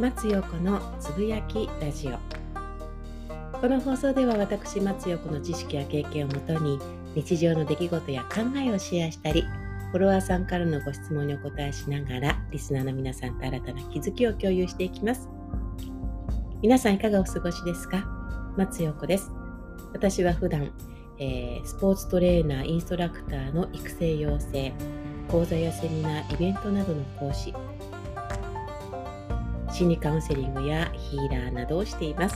松陽子のつぶやきラジオ。この放送では私松陽子の知識や経験をもとに日常の出来事や考えをシェアしたり、フォロワーさんからのご質問にお答えしながらリスナーの皆さんと新たな気づきを共有していきます。皆さんいかがお過ごしですか？松陽子です。私は普段、スポーツトレーナー、インストラクターの育成養成、講座やセミナー、イベントなどの講師、心理カウンセリングやヒーラーなどをしています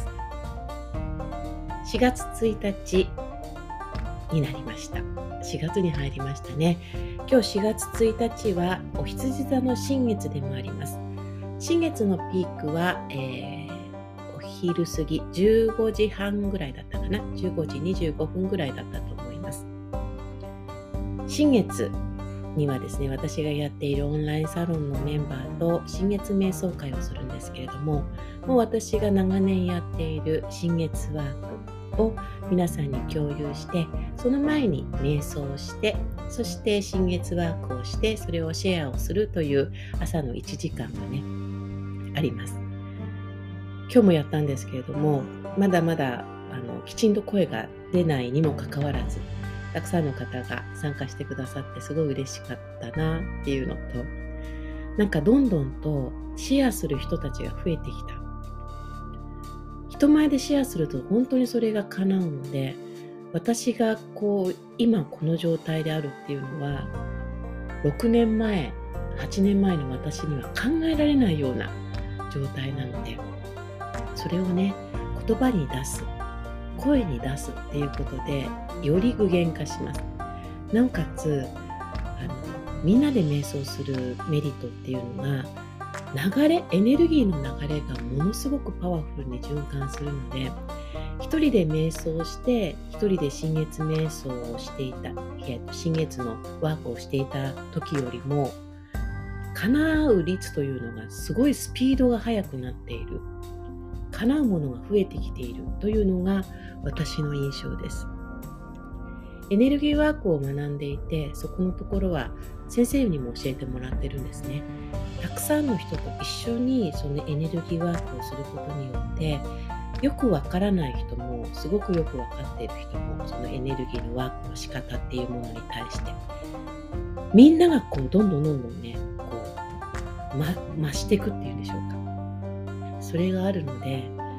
。4月1日になりました。4月に入りましたね。今日4月1日はお羊座の新月でもあります。新月のピークは、お昼過ぎ15時半ぐらいだったかな。15時25分ぐらいだったと思います。新月にはですね、私がやっているオンラインサロンのメンバーと新月瞑想会をするんですけれども、もう私が長年やっている新月ワークを皆さんに共有して、その前に瞑想をして、そして新月ワークをして、それをシェアをするという朝の1時間がね、あります。今日もやったんですけれども、まだまだきちんと声が出ないにもかかわらず、たくさんの方が参加してくださってすごい嬉しかったなっていうのと、なんかどんどんとシェアする人たちが増えてきた。人前でシェアすると本当にそれが叶うので、私が今この状態であるっていうのは、6年前、8年前の私には考えられないような状態なので、それをね、言葉に出す、声に出すっていうことでより具現化します。なおかつみんなで瞑想するメリットっていうのが、エネルギーの流れがものすごくパワフルに循環するので、一人で瞑想して一人で新月瞑想をしていた、新月のワークをしていた時よりも叶う率というのがすごいスピードが速くなっている、叶うものが増えてきているというのが私の印象です。エネルギーワークを学んでいて、そこのところは先生にも教えてもらってるんですね。たくさんの人と一緒にそのエネルギーワークをすることによって、よくわからない人もすごくよくわかっている人も、そのエネルギーのワークの仕方っていうものに対してみんながどんどんね、増していくっていうんでしょうか。それがあるので、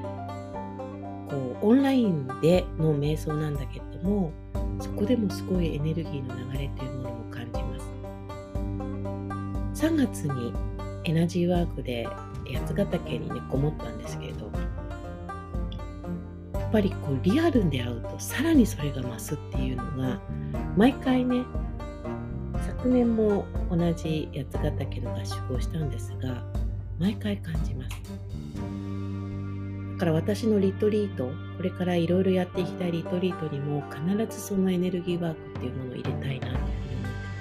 オンラインでの瞑想なんだけれども、そこでもすごいエネルギーの流れというものも感じます。3月にエナジーワークで八ヶ岳にねこもったんですけれど、やっぱりリアルで会うとさらにそれが増すっていうのが毎回ね、昨年も同じ八ヶ岳の合宿をしたんですが、毎回感じます。だから私のリトリート、これからいろいろやっていきたいリトリートにも必ずそのエネルギーワークっていうものを入れたいなというふうに思ってます。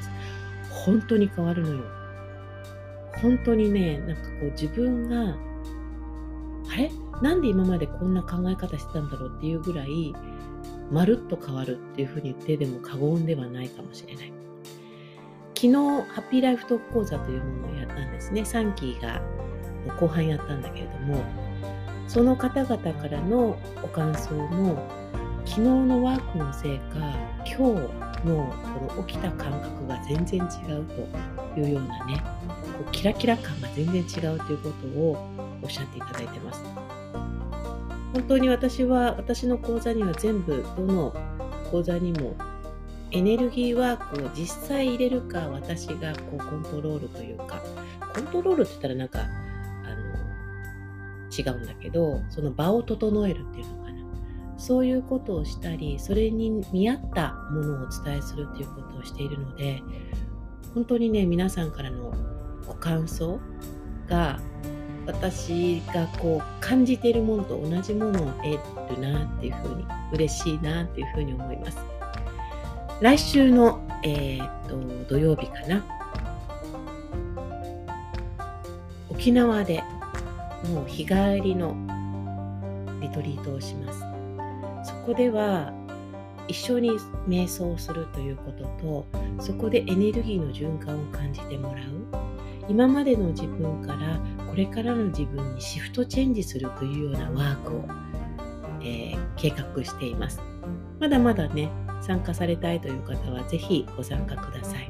本当に変わるのよ。本当にね、自分がなんで今までこんな考え方してたんだろうっていうぐらいまるっと変わるっていうふうに言ってでも過言ではないかもしれない。昨日ハッピーライフトーク講座というものをやったんですね。3期が後半やったんだけれども、その方々からのご感想も、昨日のワークのせいか今日のこの起きた感覚が全然違うというようなね、キラキラ感が全然違うということをおっしゃっていただいてます。本当に私の講座には全部、どの講座にもエネルギーワークを実際入れるか、私がコントロールというか、コントロールって言ったら違うんだけど、その場を整えるっていうのかな、そういうことをしたり、それに見合ったものをお伝えするっていうことをしているので、本当にね、皆さんからのご感想が私が感じているものと同じものを得るなっていうふうに、嬉しいなっていうふうに思います。来週の、土曜日かな、沖縄でもう日帰りのリトリートをします。そこでは一緒に瞑想をするということと、そこでエネルギーの循環を感じてもらう。今までの自分からここれからの自分にシフトチェンジするというようなワークを、計画しています。まだまだね、参加されたいという方はぜひご参加ください。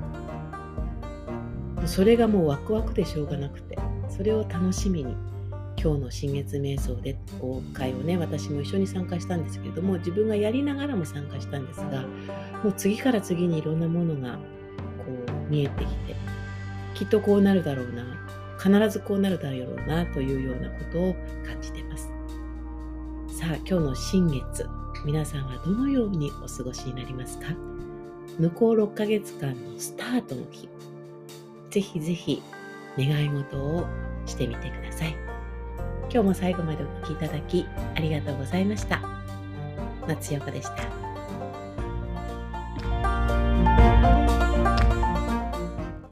それがもうワクワクでしょうがなくて、それを楽しみに今日の新月瞑想で会をね、私も一緒に参加したんですけれども、自分がやりながらも参加したんですが、もう次から次にいろんなものがこう見えてきて、きっとこうなるだろうな、必ずこうなるだろうなというようなことを感じています。さあ、今日の新月、皆さんはどのようにお過ごしになりますか？向こう6ヶ月間のスタートの日、ぜひぜひ願い事をしてみてください。今日も最後までお聞きいただきありがとうございました。松代子でした。